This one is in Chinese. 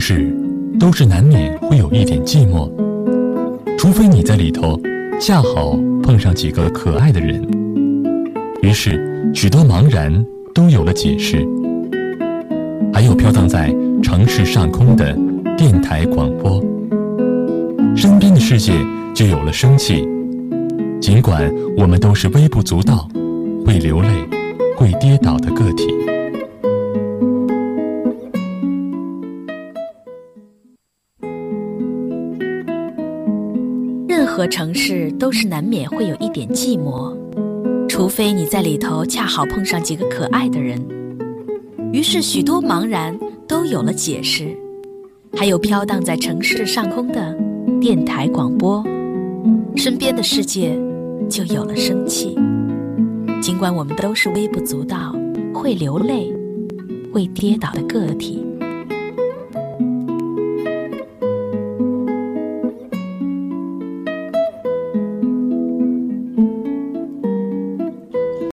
市都是难免会有一点寂寞，除非你在里头恰好碰上几个可爱的人。于是许多茫然都有了解释，还有飘荡在城市上空的电台广播，身边的世界就有了生气。尽管我们都是微不足道、会流泪、会跌倒的个体。 任何城市都是难免会有一点寂寞，除非你在里头恰好碰上几个可爱的人。于是许多茫然都有了解释，还有飘荡在城市上空的电台广播，身边的世界就有了生气。尽管我们都是微不足道、会流泪、会跌倒的个体。